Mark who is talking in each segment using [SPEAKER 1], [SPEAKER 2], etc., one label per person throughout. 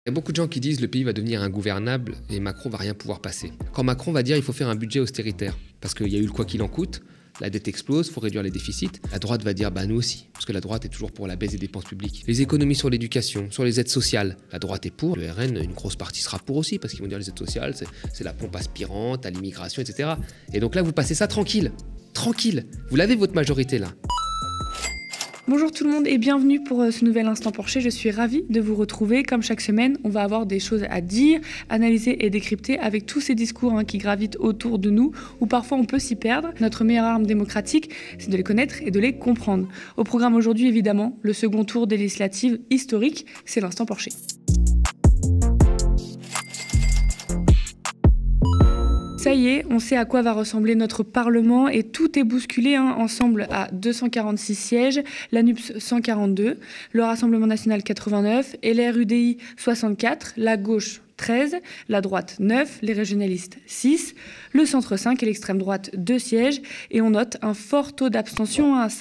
[SPEAKER 1] Il y a beaucoup de gens qui disent que le pays va devenir ingouvernable et Macron va rien pouvoir passer. Quand Macron va dire qu'il faut faire un budget austéritaire, parce qu'il y a eu le quoi qu'il en coûte, la dette explose, il faut réduire les déficits, la droite va dire nous aussi, parce que la droite est toujours pour la baisse des dépenses publiques. Les économies sur l'éducation, sur les aides sociales, la droite est pour, le RN, une grosse partie sera pour aussi, parce qu'ils vont dire les aides sociales, c'est la pompe aspirante à l'immigration, etc. Et donc là, vous passez ça tranquille, vous l'avez votre majorité là.
[SPEAKER 2] Bonjour tout le monde et bienvenue pour ce nouvel Instant Porcher. Je suis ravie de vous retrouver. Comme chaque semaine, on va avoir des choses à dire, analyser et décrypter avec tous ces discours qui gravitent autour de nous, où parfois on peut s'y perdre. Notre meilleure arme démocratique, c'est de les connaître et de les comprendre. Au programme aujourd'hui, évidemment, le second tour des législatives historiques, c'est l'Instant Porcher. Ça y est, on sait à quoi va ressembler notre Parlement et tout est bousculé ensemble à 246 sièges, la NUPS 142, le Rassemblement national 89, LR UDI 64, la gauche 13, la droite 9, les régionalistes 6, le centre 5 et l'extrême droite 2 sièges. Et on note un fort taux d'abstention à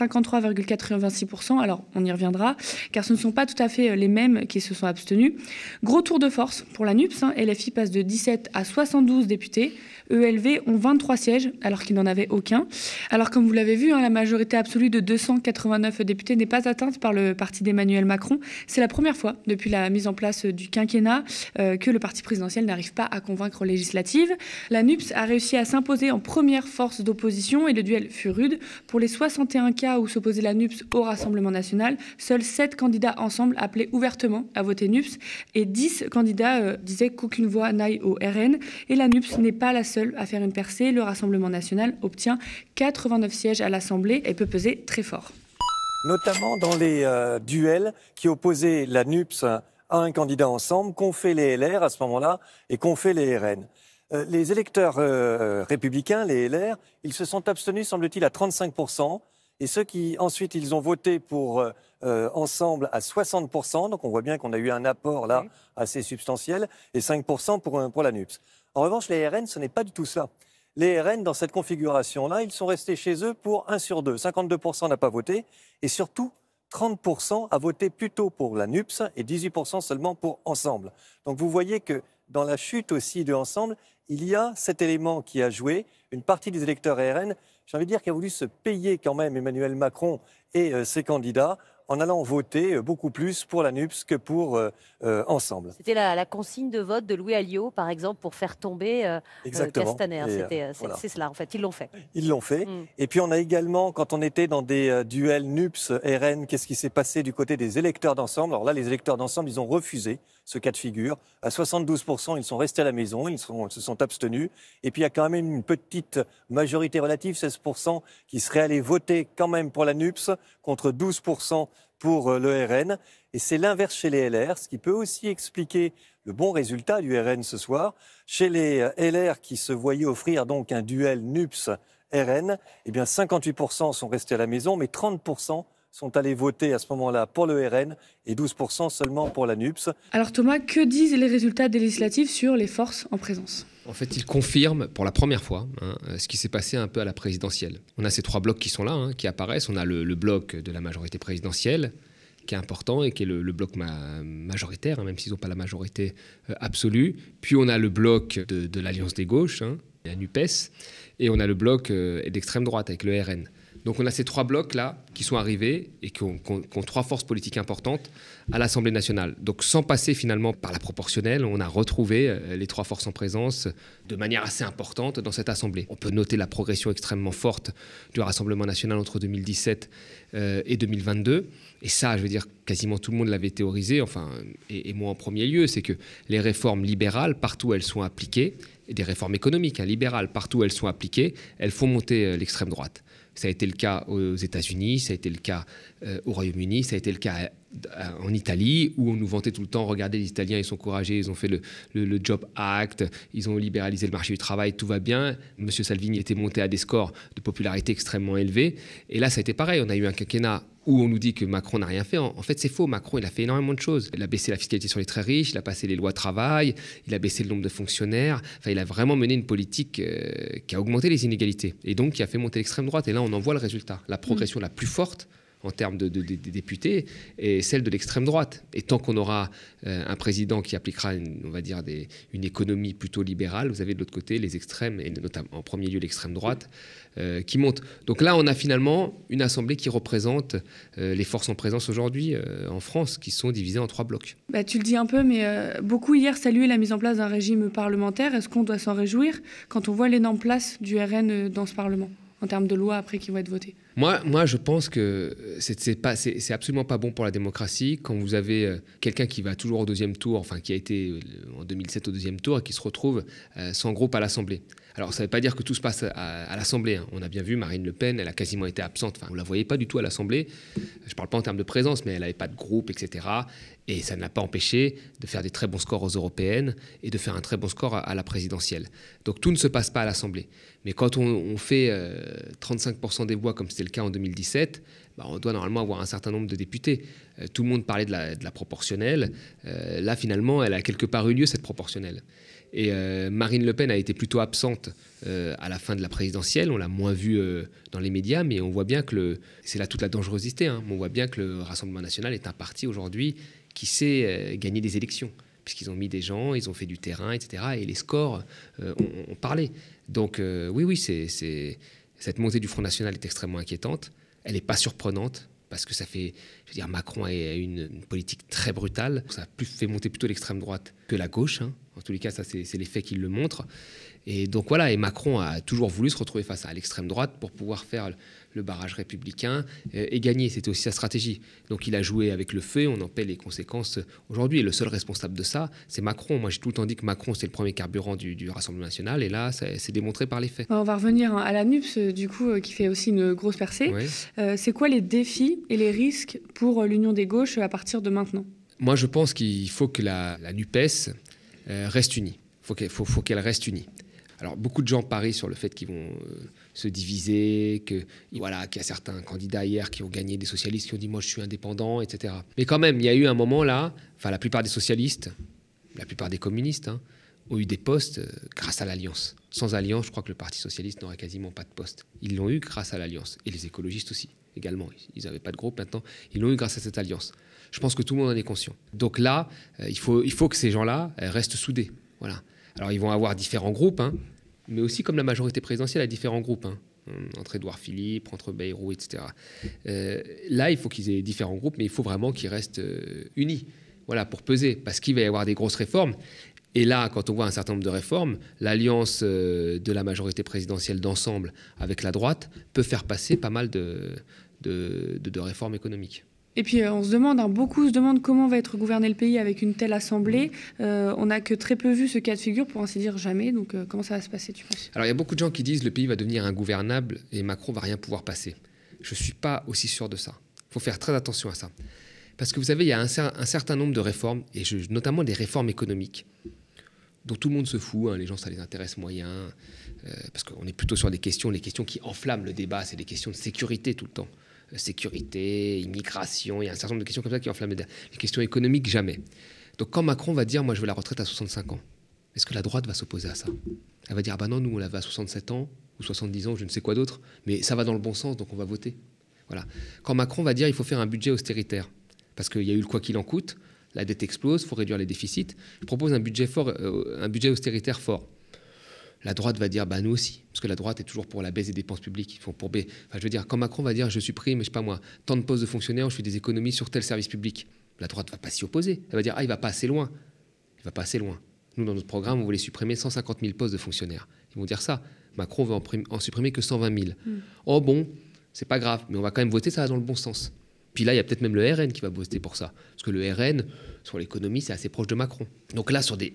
[SPEAKER 2] 53,86%. Alors on y reviendra, car ce ne sont pas tout à fait les mêmes qui se sont abstenus. Gros tour de force pour la NUPS. LFI passe de 17 à 72 députés. ELV ont 23 sièges, alors qu'ils n'en avaient aucun. Alors comme vous l'avez vu, la majorité absolue de 289 députés n'est pas atteinte par le parti d'Emmanuel Macron. C'est la première fois depuis la mise en place du quinquennat que le parti présidentiel n'arrive pas à convaincre aux législatives. La NUPS a réussi à s'imposer en première force d'opposition et le duel fut rude. Pour les 61 cas où s'opposait la NUPS au Rassemblement national, seuls 7 candidats ensemble appelaient ouvertement à voter NUPS et 10 candidats disaient qu'aucune voix n'aille au RN. Et la NUPS n'est pas la seule à faire une percée. Le Rassemblement national obtient 89 sièges à l'Assemblée et peut peser très fort.
[SPEAKER 3] Notamment dans les duels qui opposaient la NUPS à un candidat ensemble, qu'ont fait les LR à ce moment-là et qu'ont fait les RN. Les électeurs républicains, les LR, ils se sont abstenus, semble-t-il, à 35%. Et ceux qui, ensuite, ils ont voté pour ensemble à 60%. Donc on voit bien qu'on a eu un apport là assez substantiel. Et 5% pour la NUPS. En revanche, les RN, ce n'est pas du tout ça. Les RN, dans cette configuration-là, ils sont restés chez eux pour 1 sur 2. 52% n'a pas voté. Et surtout, 30% a voté plutôt pour la NUPS et 18% seulement pour Ensemble. Donc vous voyez que dans la chute aussi de Ensemble, il y a cet élément qui a joué. Une partie des électeurs RN, j'ai envie de dire, qui a voulu se payer quand même Emmanuel Macron et ses candidats en allant voter beaucoup plus pour la NUPS que pour Ensemble.
[SPEAKER 4] C'était la consigne de vote de Louis Alliot, par exemple, pour faire tomber Castaner. C'est cela, en fait. Ils l'ont fait.
[SPEAKER 3] Ils l'ont fait. Et puis on a également, quand on était dans des duels NUPS-RN, qu'est-ce qui s'est passé du côté des électeurs d'Ensemble? Alors là, les électeurs d'Ensemble, ils ont refusé ce cas de figure. À 72%, ils sont restés à la maison, ils se sont abstenus. Et puis il y a quand même une petite majorité relative, 16%, qui serait allé voter quand même pour la NUPS, contre 12% pour le RN. Et c'est l'inverse chez les LR, ce qui peut aussi expliquer le bon résultat du RN ce soir. Chez les LR qui se voyaient offrir donc un duel NUPS-RN, eh bien 58% sont restés à la maison, mais 30% sont allés voter à ce moment-là pour le RN et 12% seulement pour la NUPS.
[SPEAKER 2] Alors Thomas, que disent les résultats des législatives sur les forces en présence ?
[SPEAKER 1] En fait, ils confirment pour la première fois ce qui s'est passé un peu à la présidentielle. On a ces 3 blocs qui sont là, qui apparaissent. On a le bloc de la majorité présidentielle, qui est important et qui est le bloc majoritaire, même s'ils n'ont pas la majorité absolue. Puis on a le bloc de l'Alliance des gauches, la NUPES, et on a le bloc d'extrême droite avec le RN. Donc on a ces 3 blocs-là qui sont arrivés et qui ont 3 forces politiques importantes à l'Assemblée nationale. Donc sans passer finalement par la proportionnelle, on a retrouvé les 3 forces en présence de manière assez importante dans cette Assemblée. On peut noter la progression extrêmement forte du Rassemblement national entre 2017 et 2022. Et ça, je veux dire, quasiment tout le monde l'avait théorisé, et moi en premier lieu, c'est que les réformes libérales, partout où elles sont appliquées, et des réformes économiques libérales, partout où elles sont appliquées, elles font monter l'extrême droite. Ça a été le cas aux États-Unis, ça a été le cas au Royaume-Uni, ça a été le cas en Italie, où on nous vantait tout le temps, regardez, les Italiens, ils sont courageux, ils ont fait le Job Act, ils ont libéralisé le marché du travail, tout va bien. Monsieur Salvini était monté à des scores de popularité extrêmement élevés. Et là, ça a été pareil, on a eu un quinquennat où on nous dit que Macron n'a rien fait. En fait, c'est faux. Macron, il a fait énormément de choses. Il a baissé la fiscalité sur les très riches, il a passé les lois travail, il a baissé le nombre de fonctionnaires. Il a vraiment mené une politique qui a augmenté les inégalités et donc qui a fait monter l'extrême droite. Et là, on en voit le résultat. La progression la plus forte en termes de députés est celle de l'extrême droite. Et tant qu'on aura un président qui appliquera, on va dire, une économie plutôt libérale, vous avez de l'autre côté les extrêmes, et notamment en premier lieu l'extrême droite, qui monte. Donc là, on a finalement une assemblée qui représente les forces en présence aujourd'hui en France, qui sont divisées en 3 blocs.
[SPEAKER 2] Bah, tu le dis un peu, mais beaucoup hier saluaient la mise en place d'un régime parlementaire. Est-ce qu'on doit s'en réjouir quand on voit l'énorme place du RN dans ce Parlement, en termes de lois après qui vont être votées?
[SPEAKER 1] Moi, je pense que c'est absolument pas bon pour la démocratie quand vous avez quelqu'un qui va toujours au deuxième tour, enfin qui a été en 2007 au deuxième tour et qui se retrouve sans groupe à l'Assemblée. Alors, ça ne veut pas dire que tout se passe à l'Assemblée. Hein. On a bien vu Marine Le Pen, elle a quasiment été absente. Enfin, on ne la voyait pas du tout à l'Assemblée. Je ne parle pas en termes de présence, mais elle n'avait pas de groupe, etc. Et ça ne l'a pas empêché de faire des très bons scores aux européennes et de faire un très bon score à la présidentielle. Donc, tout ne se passe pas à l'Assemblée. Mais quand on fait 35% des voix, comme c'était le cas en 2017, on doit normalement avoir un certain nombre de députés. Tout le monde parlait de la proportionnelle. Là, finalement, elle a quelque part eu lieu, cette proportionnelle. Et Marine Le Pen a été plutôt absente à la fin de la présidentielle. On l'a moins vue dans les médias, mais on voit bien que c'est là toute la dangerosité. Hein. On voit bien que le Rassemblement national est un parti aujourd'hui qui sait gagner des élections, puisqu'ils ont mis des gens, ils ont fait du terrain, etc. Et les scores ont parlé. Donc oui, cette montée du Front National est extrêmement inquiétante. Elle n'est pas surprenante, parce que ça fait, je veux dire, Macron a une politique très brutale. Ça a fait monter plutôt l'extrême droite que la gauche. Hein. En tous les cas, ça, c'est les faits qui le montrent. Et donc voilà, et Macron a toujours voulu se retrouver face à l'extrême droite pour pouvoir faire le barrage républicain et gagner. C'était aussi sa stratégie. Donc il a joué avec le feu, on en paie les conséquences aujourd'hui. Et le seul responsable de ça, c'est Macron. Moi, j'ai tout le temps dit que Macron, c'est le premier carburant du Rassemblement national. Et là, c'est démontré par les faits.
[SPEAKER 2] On va revenir à la NUPS, du coup, qui fait aussi une grosse percée. Oui. C'est quoi les défis et les risques pour l'union des gauches à partir de maintenant? Moi,
[SPEAKER 1] je pense qu'il faut que la NUPES reste unie. Il faut qu'elle reste unie. Alors, beaucoup de gens parient sur le fait qu'ils vont se diviser, qu'il y a certains candidats hier qui ont gagné, des socialistes qui ont dit « moi, je suis indépendant », etc. Mais quand même, il y a eu un moment là, la plupart des socialistes, la plupart des communistes, ont eu des postes grâce à l'Alliance. Sans Alliance, je crois que le Parti socialiste n'aurait quasiment pas de poste. Ils l'ont eu grâce à l'Alliance. Et les écologistes aussi, également. Ils n'avaient pas de groupe maintenant. Ils l'ont eu grâce à cette Alliance. Je pense que tout le monde en est conscient. Donc là, il faut que ces gens-là restent soudés. Voilà. Alors, ils vont avoir différents groupes, mais aussi, comme la majorité présidentielle, a différents groupes, entre Édouard Philippe, entre Bayrou, etc. Là, il faut qu'ils aient différents groupes, mais il faut vraiment qu'ils restent unis, pour peser, parce qu'il va y avoir des grosses réformes. Et là, quand on voit un certain nombre de réformes, l'alliance de la majorité présidentielle d'ensemble avec la droite peut faire passer pas mal de réformes économiques.
[SPEAKER 2] Et puis on se demande, beaucoup se demandent comment va être gouverné le pays avec une telle assemblée. On n'a que très peu vu ce cas de figure, pour ainsi dire jamais. Donc comment ça va se passer, tu penses?
[SPEAKER 1] Alors il y a beaucoup de gens qui disent que le pays va devenir ingouvernable et Macron va rien pouvoir passer. Je ne suis pas aussi sûr de ça. Il faut faire très attention à ça. Parce que vous savez, il y a un certain nombre de réformes, et notamment des réformes économiques, dont tout le monde se fout. Les gens, ça les intéresse moyen. Parce qu'on est plutôt sur les questions qui enflamment le débat, c'est des questions de sécurité tout le temps. Sécurité, immigration, il y a un certain nombre de questions comme ça qui enflamment le débat. Les questions économiques, jamais. Donc quand Macron va dire « moi je veux la retraite à 65 ans », est-ce que la droite va s'opposer à ça? Elle va dire « ah ben non, nous on la veut à 67 ans ou 70 ans, je ne sais quoi d'autre, mais ça va dans le bon sens, donc on va voter ». Voilà. Quand Macron va dire « il faut faire un budget austéritaire », parce qu'il y a eu le quoi qu'il en coûte, la dette explose, il faut réduire les déficits, je propose un budget austéritaire fort. La droite va dire bah nous aussi, parce que la droite est toujours pour la baisse des dépenses publiques. Quand Macron va dire je supprime, je sais pas moi, tant de postes de fonctionnaires, je fais des économies sur tel service public, la droite va pas s'y opposer. Elle va dire il va pas assez loin. Il va pas assez loin. Nous dans notre programme on voulait supprimer 150 000 postes de fonctionnaires. Ils vont dire ça. Macron veut en supprimer que 120 000. Oh bon, c'est pas grave, mais on va quand même voter, ça va dans le bon sens. Puis là, il y a peut-être même le RN qui va voter pour ça. Parce que le RN, sur l'économie, c'est assez proche de Macron. Donc là, sur des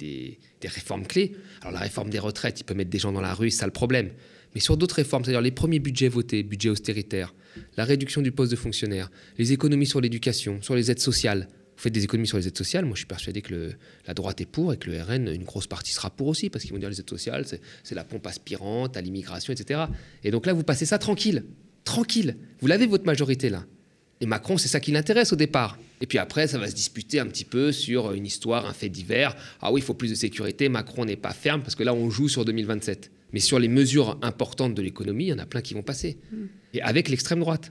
[SPEAKER 1] réformes clés, alors la réforme des retraites, il peut mettre des gens dans la rue, c'est ça le problème. Mais sur d'autres réformes, c'est-à-dire les premiers budgets votés, budget austéritaire, la réduction du poste de fonctionnaire, les économies sur l'éducation, sur les aides sociales. Vous faites des économies sur les aides sociales, moi je suis persuadé que la droite est pour et que le RN, une grosse partie sera pour aussi, parce qu'ils vont dire les aides sociales, c'est la pompe aspirante à l'immigration, etc. Et donc là, vous passez ça tranquille. Tranquille. Vous l'avez votre majorité là. Et Macron, c'est ça qui l'intéresse au départ. Et puis après, ça va se disputer un petit peu sur une histoire, un fait divers. Ah oui, il faut plus de sécurité, Macron n'est pas ferme, parce que là, on joue sur 2027. Mais sur les mesures importantes de l'économie, il y en a plein qui vont passer. Et avec l'extrême droite.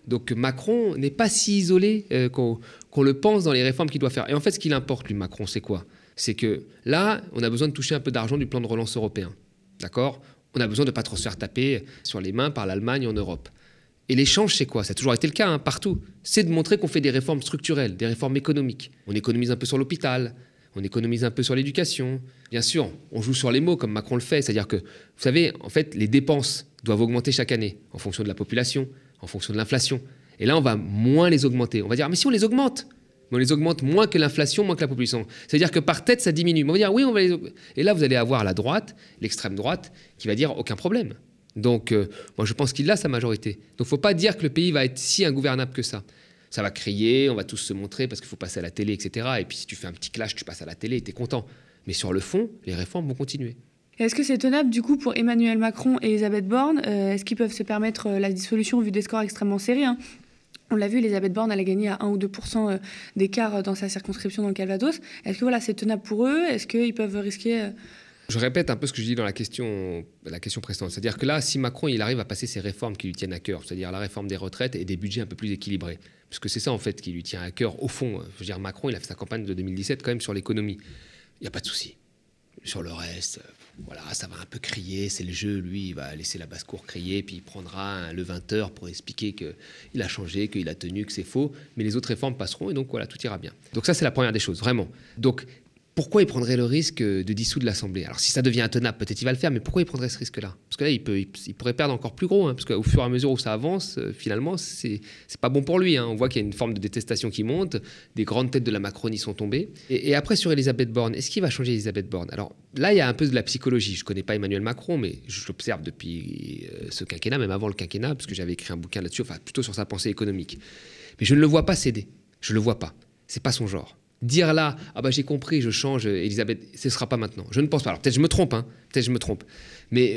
[SPEAKER 1] Donc Macron n'est pas si isolé qu'on le pense dans les réformes qu'il doit faire. Et en fait, ce qu'il importe, lui, Macron, c'est quoi? C'est que là, on a besoin de toucher un peu d'argent du plan de relance européen. D'accord? On a besoin de ne pas trop se faire taper sur les mains par l'Allemagne en Europe. Et l'échange, c'est quoi? Ça a toujours été le cas, partout. C'est de montrer qu'on fait des réformes structurelles, des réformes économiques. On économise un peu sur l'hôpital, on économise un peu sur l'éducation. Bien sûr, on joue sur les mots comme Macron le fait. C'est-à-dire que, vous savez, en fait, les dépenses doivent augmenter chaque année en fonction de la population, en fonction de l'inflation. Et là, on va moins les augmenter. On va dire, mais si on les augmente, mais on les augmente moins que l'inflation, moins que la population. C'est-à-dire que par tête, ça diminue. Mais on va dire, oui, on va les augmenter. Et là, vous allez avoir la droite, l'extrême droite, qui va dire aucun problème. Donc, moi, je pense qu'il a sa majorité. Donc, il ne faut pas dire que le pays va être si ingouvernable que ça. Ça va crier, on va tous se montrer parce qu'il faut passer à la télé, etc. Et puis, si tu fais un petit clash, tu passes à la télé et tu es content. Mais sur le fond, les réformes vont continuer.
[SPEAKER 2] Est-ce que c'est tenable, du coup, pour Emmanuel Macron et Elisabeth Borne? Est-ce qu'ils peuvent se permettre la dissolution vu des scores extrêmement serrés, On l'a vu, Elisabeth Borne, elle a gagné à 1 ou 2% d'écart dans sa circonscription dans le Calvados. Est-ce que c'est tenable pour eux? Est-ce qu'ils peuvent risquer...
[SPEAKER 1] Je répète un peu ce que je dis dans la question précédente. C'est-à-dire que là, si Macron il arrive à passer ces réformes qui lui tiennent à cœur, c'est-à-dire la réforme des retraites et des budgets un peu plus équilibrés, parce que c'est ça en fait qui lui tient à cœur au fond. Je veux dire, Macron, il a fait sa campagne de 2017 quand même sur l'économie. Il n'y a pas de souci. Sur le reste, voilà, ça va un peu crier, c'est le jeu. Lui, il va laisser la basse-cour crier, puis il prendra le 20h pour expliquer qu'il a changé, qu'il a tenu, que c'est faux. Mais les autres réformes passeront et donc voilà, tout ira bien. Donc ça, c'est la première des choses, vraiment. Donc, pourquoi il prendrait le risque de dissoudre l'Assemblée? Alors si ça devient intenable, peut-être il va le faire, mais pourquoi il prendrait ce risque-là? Parce que là, il pourrait perdre encore plus gros, parce qu'au fur et à mesure où ça avance, finalement, c'est pas bon pour lui. On voit qu'il y a une forme de détestation qui monte, des grandes têtes de la Macronie sont tombées. Et après, sur Elisabeth Borne, est-ce qu'il va changer Elisabeth Borne? Alors là, il y a un peu de la psychologie. Je connais pas Emmanuel Macron, mais je l'observe depuis ce quinquennat, même avant le quinquennat, parce que j'avais écrit un bouquin là-dessus, enfin plutôt sur sa pensée économique. Mais je ne le vois pas céder. Je le vois pas. C'est pas son genre. Dire là, j'ai compris, je change, Elisabeth, ce ne sera pas maintenant. Je ne pense pas. Alors peut-être je me trompe, peut-être je me trompe. Mais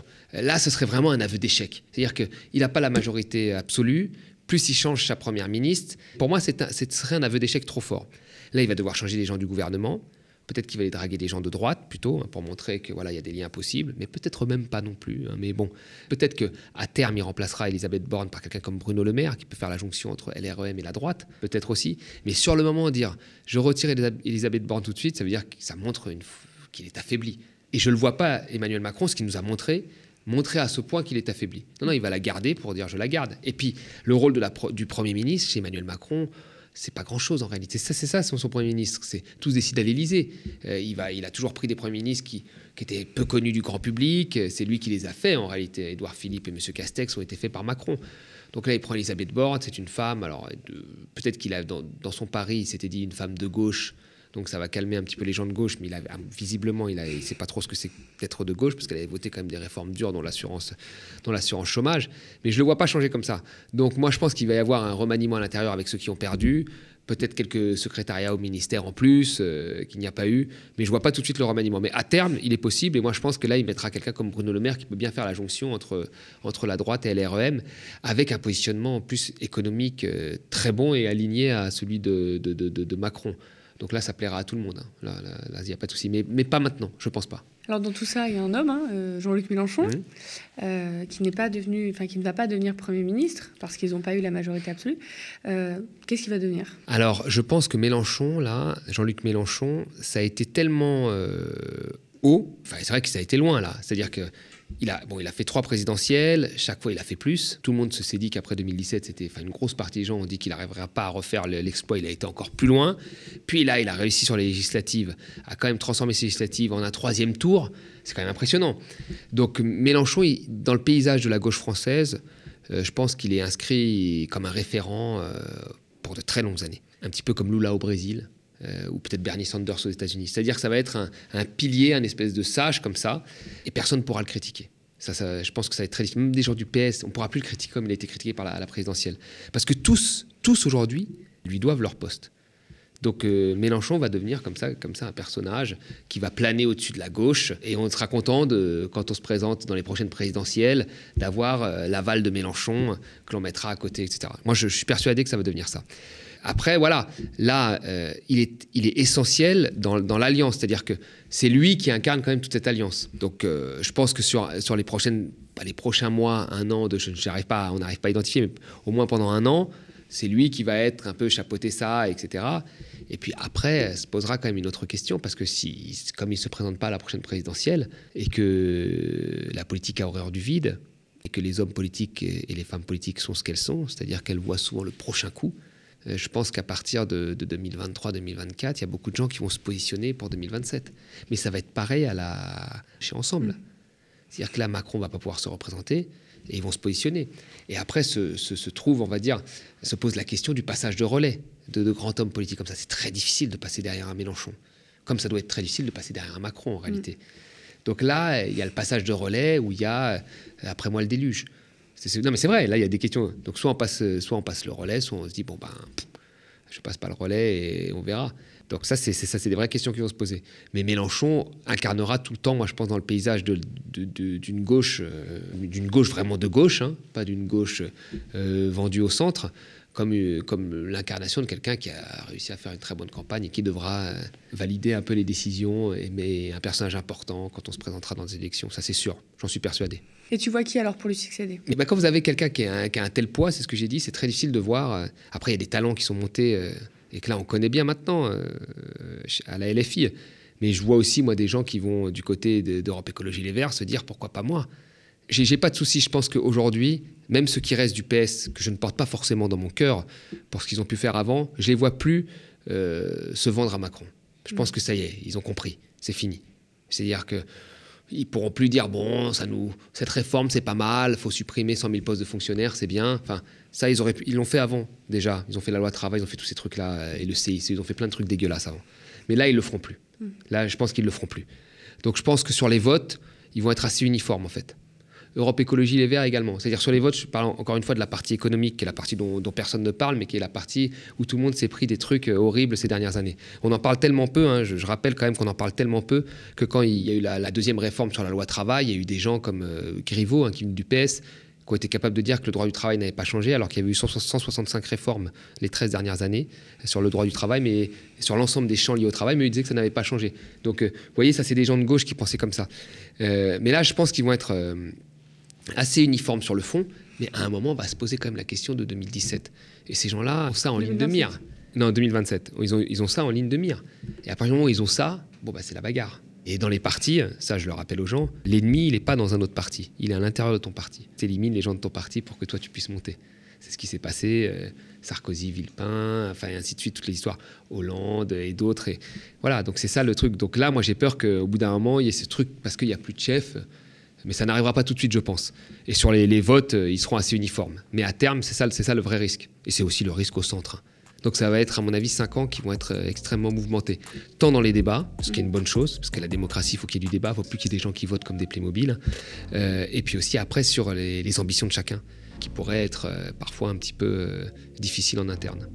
[SPEAKER 1] là, ce serait vraiment un aveu d'échec. C'est-à-dire qu'il n'a pas la majorité absolue, plus il change sa première ministre. Pour moi, ce serait un aveu d'échec trop fort. Là, il va devoir changer les gens du gouvernement. Peut-être qu'il va aller draguer des gens de droite, plutôt, pour montrer qu'il y a des liens possibles. Mais peut-être même pas non plus. Mais bon, peut-être qu'à terme, il remplacera Elisabeth Borne par quelqu'un comme Bruno Le Maire, qui peut faire la jonction entre LREM et la droite, peut-être aussi. Mais sur le moment, dire « je retire Elisabeth Borne tout de suite », ça veut dire que ça montre qu'il est affaibli. Et je ne le vois pas, Emmanuel Macron, ce qu'il nous a montrer à ce point qu'il est affaibli. Non, il va la garder pour dire « je la garde ». Et puis, le rôle du Premier ministre chez Emmanuel Macron, c'est pas grand-chose en réalité. C'est ça son Premier ministre. C'est tous décident à l'Élysée. Il a toujours pris des Premiers ministres qui étaient peu connus du grand public. C'est lui qui les a faits en réalité. Édouard Philippe et M. Castex ont été faits par Macron. Donc là, il prend Elisabeth Borne, c'est une femme. Alors peut-être qu'il a dans son pari, il s'était dit une femme de gauche. Donc ça va calmer un petit peu les gens de gauche, mais visiblement, il ne sait pas trop ce que c'est d'être de gauche, parce qu'elle avait voté quand même des réformes dures dans l'assurance chômage. Mais je ne le vois pas changer comme ça. Donc moi, je pense qu'il va y avoir un remaniement à l'intérieur avec ceux qui ont perdu, peut-être quelques secrétariats au ministère en plus, qu'il n'y a pas eu, mais je ne vois pas tout de suite le remaniement. Mais à terme, il est possible, et moi je pense que là, il mettra quelqu'un comme Bruno Le Maire qui peut bien faire la jonction entre la droite et LREM, avec un positionnement plus économique très bon et aligné à celui de Macron. Donc là, ça plaira à tout le monde. Là, il n'y a pas de souci. Mais pas maintenant, je ne pense pas.
[SPEAKER 2] Alors dans tout ça, il y a un homme, Jean-Luc Mélenchon, qui ne va pas devenir Premier ministre parce qu'ils n'ont pas eu la majorité absolue. Qu'est-ce qu'il va devenir? Alors,
[SPEAKER 1] je pense que Jean-Luc Mélenchon, ça a été tellement haut. Enfin, c'est vrai que ça a été loin, là. C'est-à-dire que il a fait 3 présidentielles, chaque fois il a fait plus. Tout le monde s'est dit qu'après 2017, une grosse partie des gens ont dit qu'il n'arriverait pas à refaire l'exploit, il a été encore plus loin. Puis là, il a réussi sur les législatives, à quand même transformer ces législatives en un 3e tour. C'est quand même impressionnant. Donc Mélenchon, dans le paysage de la gauche française, je pense qu'il est inscrit comme un référent pour de très longues années. Un petit peu comme Lula au Brésil. Ou peut-être Bernie Sanders aux États-Unis. C'est-à-dire que ça va être un pilier, un espèce de sage comme ça, et personne ne pourra le critiquer. Ça, je pense que ça va être très difficile. Même des gens du PS, on ne pourra plus le critiquer comme il a été critiqué par la présidentielle. Parce que tous aujourd'hui, lui doivent leur poste. Donc Mélenchon va devenir comme ça un personnage qui va planer au-dessus de la gauche, et on sera content, quand on se présente dans les prochaines présidentielles, d'avoir l'aval de Mélenchon que l'on mettra à côté, etc. Moi, je suis persuadé que ça va devenir ça. Après, voilà, là, il est essentiel dans l'alliance, c'est-à-dire que c'est lui qui incarne quand même toute cette alliance. Donc, je pense que sur les prochaines les prochains mois, un an, on n'arrive pas à identifier, mais au moins pendant un an, c'est lui qui va être un peu chapeauter ça, etc. Et puis après, se posera quand même une autre question, parce que comme il ne se présente pas à la prochaine présidentielle, et que la politique a horreur du vide, et que les hommes politiques et les femmes politiques sont ce qu'elles sont, c'est-à-dire qu'elles voient souvent le prochain coup, je pense qu'à partir de 2023-2024, il y a beaucoup de gens qui vont se positionner pour 2027. Mais ça va être pareil chez Ensemble. C'est-à-dire que là, Macron ne va pas pouvoir se représenter et ils vont se positionner. Et après, se pose la question du passage de relais de grands hommes politiques comme ça. C'est très difficile de passer derrière un Mélenchon. Comme ça doit être très difficile de passer derrière un Macron, en réalité. Donc là, il y a le passage de relais où il y a, après moi, le déluge. Non, mais c'est vrai, là, il y a des questions. Donc soit on passe le relais, soit on se dit, je passe pas le relais et on verra. Donc ça, c'est des vraies questions qui vont se poser. Mais Mélenchon incarnera tout le temps, moi, je pense, dans le paysage d'une gauche vraiment de gauche, hein, pas d'une gauche vendue au centre, comme l'incarnation de quelqu'un qui a réussi à faire une très bonne campagne et qui devra valider un peu les décisions, mais un personnage important quand on se présentera dans des élections. Ça, c'est sûr, j'en suis persuadé.
[SPEAKER 2] Et tu vois qui alors pour lui succéder?
[SPEAKER 1] Mais quand vous avez quelqu'un qui a un tel poids, c'est ce que j'ai dit, c'est très difficile de voir. Après, il y a des talents qui sont montés et que là, on connaît bien maintenant à la LFI. Mais je vois aussi, moi, des gens qui vont du côté d'Europe Écologie Les Verts se dire pourquoi pas moi. J'ai pas de souci. Je pense qu'aujourd'hui, même ceux qui restent du PS, que je ne porte pas forcément dans mon cœur pour ce qu'ils ont pu faire avant, je les vois plus se vendre à Macron. Je pense que ça y est, ils ont compris. C'est fini. C'est-à-dire que ils pourront plus dire cette réforme c'est pas mal, faut supprimer 100 000 postes de fonctionnaires, c'est bien. Enfin, ça ils l'ont fait avant déjà. Ils ont fait la loi travail, ils ont fait tous ces trucs là et le CIC, ils ont fait plein de trucs dégueulasses avant. Mais là ils le feront plus. Là je pense qu'ils le feront plus. Donc je pense que sur les votes, ils vont être assez uniformes en fait. Europe Écologie Les Verts également. C'est-à-dire sur les votes, je parle encore une fois de la partie économique, qui est la partie dont personne ne parle, mais qui est la partie où tout le monde s'est pris des trucs horribles ces dernières années. On en parle tellement peu, hein, je rappelle quand même qu'on en parle tellement peu, que quand il y a eu la deuxième réforme sur la loi travail, il y a eu des gens comme Griveaux, hein, qui vient du PS, qui ont été capables de dire que le droit du travail n'avait pas changé, alors qu'il y avait eu 165 réformes les 13 dernières années sur le droit du travail, mais sur l'ensemble des champs liés au travail, mais ils disaient que ça n'avait pas changé. Donc, vous voyez, ça, c'est des gens de gauche qui pensaient comme ça. Mais là, je pense qu'ils vont être assez uniformes sur le fond, mais à un moment, on va se poser quand même la question de 2017. Et ces gens-là ont ça en ligne de mire. Non, 2027. Ils ont ça en ligne de mire. Et à partir du moment où ils ont ça, c'est la bagarre. Et dans les partis, ça je le rappelle aux gens, l'ennemi, il n'est pas dans un autre parti. Il est à l'intérieur de ton parti. Tu élimines les gens de ton parti pour que toi, tu puisses monter. C'est ce qui s'est passé. Sarkozy, Villepin, enfin, et ainsi de suite, toutes les histoires. Hollande et d'autres. Et voilà, donc c'est ça le truc. Donc là, moi, j'ai peur qu'au bout d'un moment, il y ait ce truc, parce qu'il n'y a plus de chef. Mais ça n'arrivera pas tout de suite, je pense. Et sur les votes, ils seront assez uniformes. Mais à terme, c'est ça le vrai risque. Et c'est aussi le risque au centre. Donc ça va être, à mon avis, 5 ans qui vont être extrêmement mouvementés. Tant dans les débats, ce qui est une bonne chose, parce que la démocratie, il faut qu'il y ait du débat, il ne faut plus qu'il y ait des gens qui votent comme des Playmobil. Et puis aussi après sur les ambitions de chacun, qui pourraient être parfois un petit peu difficiles en interne.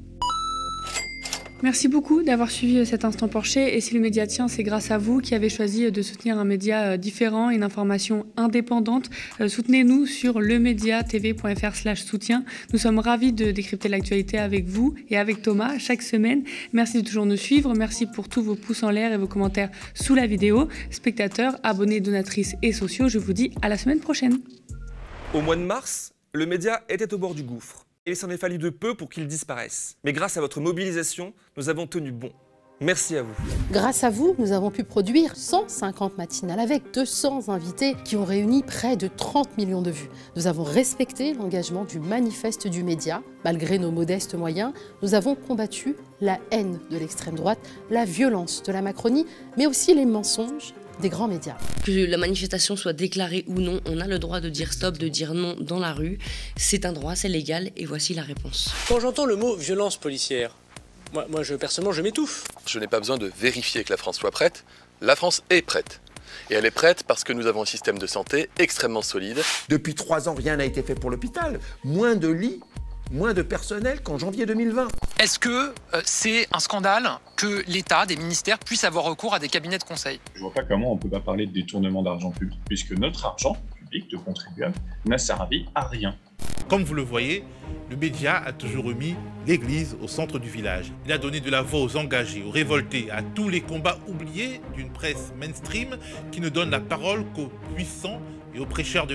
[SPEAKER 2] Merci beaucoup d'avoir suivi cet instant Porcher. Et si le média tient, c'est grâce à vous qui avez choisi de soutenir un média différent, une information indépendante. Soutenez-nous sur lemediatv.fr/soutien. Nous sommes ravis de décrypter l'actualité avec vous et avec Thomas chaque semaine. Merci de toujours nous suivre. Merci pour tous vos pouces en l'air et vos commentaires sous la vidéo. Spectateurs, abonnés, donatrices et sociaux, je vous dis à la semaine prochaine.
[SPEAKER 5] Au mois de mars, le média était au bord du gouffre. Et il s'en est fallu de peu pour qu'il disparaisse. Mais grâce à votre mobilisation, nous avons tenu bon. Merci à vous.
[SPEAKER 6] Grâce à vous, nous avons pu produire 150 matinales avec 200 invités qui ont réuni près de 30 millions de vues. Nous avons respecté l'engagement du manifeste du média. Malgré nos modestes moyens, nous avons combattu la haine de l'extrême droite, la violence de la Macronie, mais aussi les mensonges des grands médias.
[SPEAKER 7] Que la manifestation soit déclarée ou non, on a le droit de dire stop, de dire non dans la rue. C'est un droit, c'est légal, et voici la réponse.
[SPEAKER 8] Quand j'entends le mot violence policière, personnellement, je m'étouffe.
[SPEAKER 9] Je n'ai pas besoin de vérifier que la France soit prête. La France est prête. Et elle est prête parce que nous avons un système de santé extrêmement solide.
[SPEAKER 10] Depuis 3 ans, rien n'a été fait pour l'hôpital. Moins de lits, moins de personnel qu'en janvier 2020.
[SPEAKER 11] Est-ce que c'est un scandale que l'État, des ministères, puissent avoir recours à des cabinets de conseil?
[SPEAKER 12] Je vois pas comment on peut pas parler de détournement d'argent public, puisque notre argent public de contribuables n'a servi à rien.
[SPEAKER 13] Comme vous le voyez, le média a toujours remis l'église au centre du village. Il a donné de la voix aux engagés, aux révoltés, à tous les combats oubliés d'une presse mainstream qui ne donne la parole qu'aux puissants et aux prêcheurs de haine.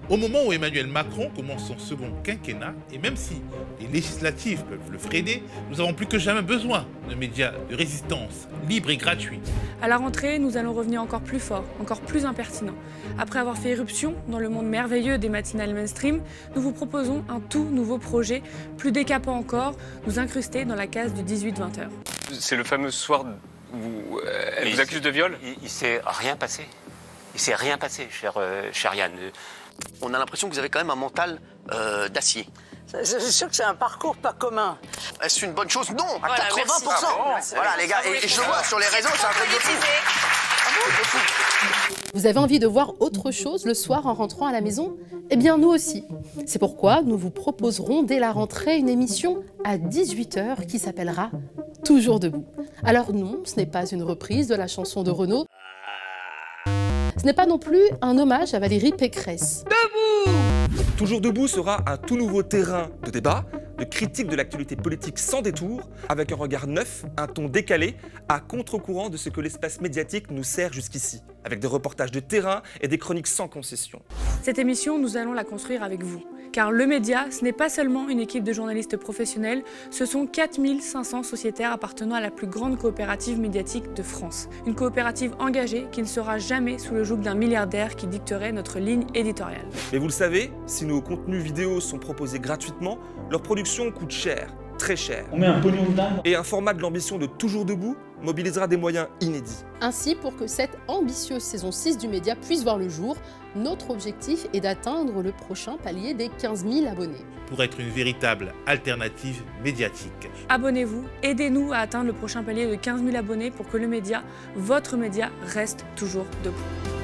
[SPEAKER 13] Au moment où Emmanuel Macron commence son second quinquennat, et même si les législatives peuvent le freiner, nous avons plus que jamais besoin de médias de résistance, libres et gratuits.
[SPEAKER 2] À la rentrée, nous allons revenir encore plus fort, encore plus impertinent. Après avoir fait éruption dans le monde merveilleux des matinales mainstream, nous vous proposons un tout nouveau projet, plus décapant encore, nous incruster dans la case du 18-20h.
[SPEAKER 14] C'est le fameux soir où elle vous accuse de viol?
[SPEAKER 15] Il s'est rien passé. Il s'est rien passé, cher Yann. On a l'impression que vous avez quand même un mental d'acier.
[SPEAKER 16] C'est sûr que c'est un parcours pas commun.
[SPEAKER 15] Est-ce une bonne chose? Non, à
[SPEAKER 16] voilà,
[SPEAKER 15] 80%. Voilà les gars, et je vois sur les réseaux, c'est un truc de fou.
[SPEAKER 6] Vous avez envie de voir autre chose le soir en rentrant à la maison? Eh bien nous aussi. C'est pourquoi nous vous proposerons dès la rentrée une émission à 18h qui s'appellera Toujours debout. Alors non, ce n'est pas une reprise de la chanson de Renaud. Ce n'est pas non plus un hommage à Valérie Pécresse.
[SPEAKER 5] Debout! Toujours debout sera un tout nouveau terrain de débat, de critique de l'actualité politique sans détour, avec un regard neuf, un ton décalé, à contre-courant de ce que l'espace médiatique nous sert jusqu'ici, avec des reportages de terrain et des chroniques sans concession.
[SPEAKER 2] Cette émission, nous allons la construire avec vous. Car le média, ce n'est pas seulement une équipe de journalistes professionnels, ce sont 4500 sociétaires appartenant à la plus grande coopérative médiatique de France. Une coopérative engagée qui ne sera jamais sous le joug d'un milliardaire qui dicterait notre ligne éditoriale.
[SPEAKER 5] Mais vous le savez, si nos contenus vidéo sont proposés gratuitement, leur production coûte cher, très cher.
[SPEAKER 17] On met un pognon de dingue.
[SPEAKER 5] Et un format de l'ambition de Toujours debout mobilisera des moyens inédits.
[SPEAKER 6] Ainsi, pour que cette ambitieuse saison 6 du média puisse voir le jour, notre objectif est d'atteindre le prochain palier des 15 000 abonnés.
[SPEAKER 13] Pour être une véritable alternative médiatique.
[SPEAKER 2] Abonnez-vous, aidez-nous à atteindre le prochain palier de 15 000 abonnés pour que le média, votre média, reste toujours debout.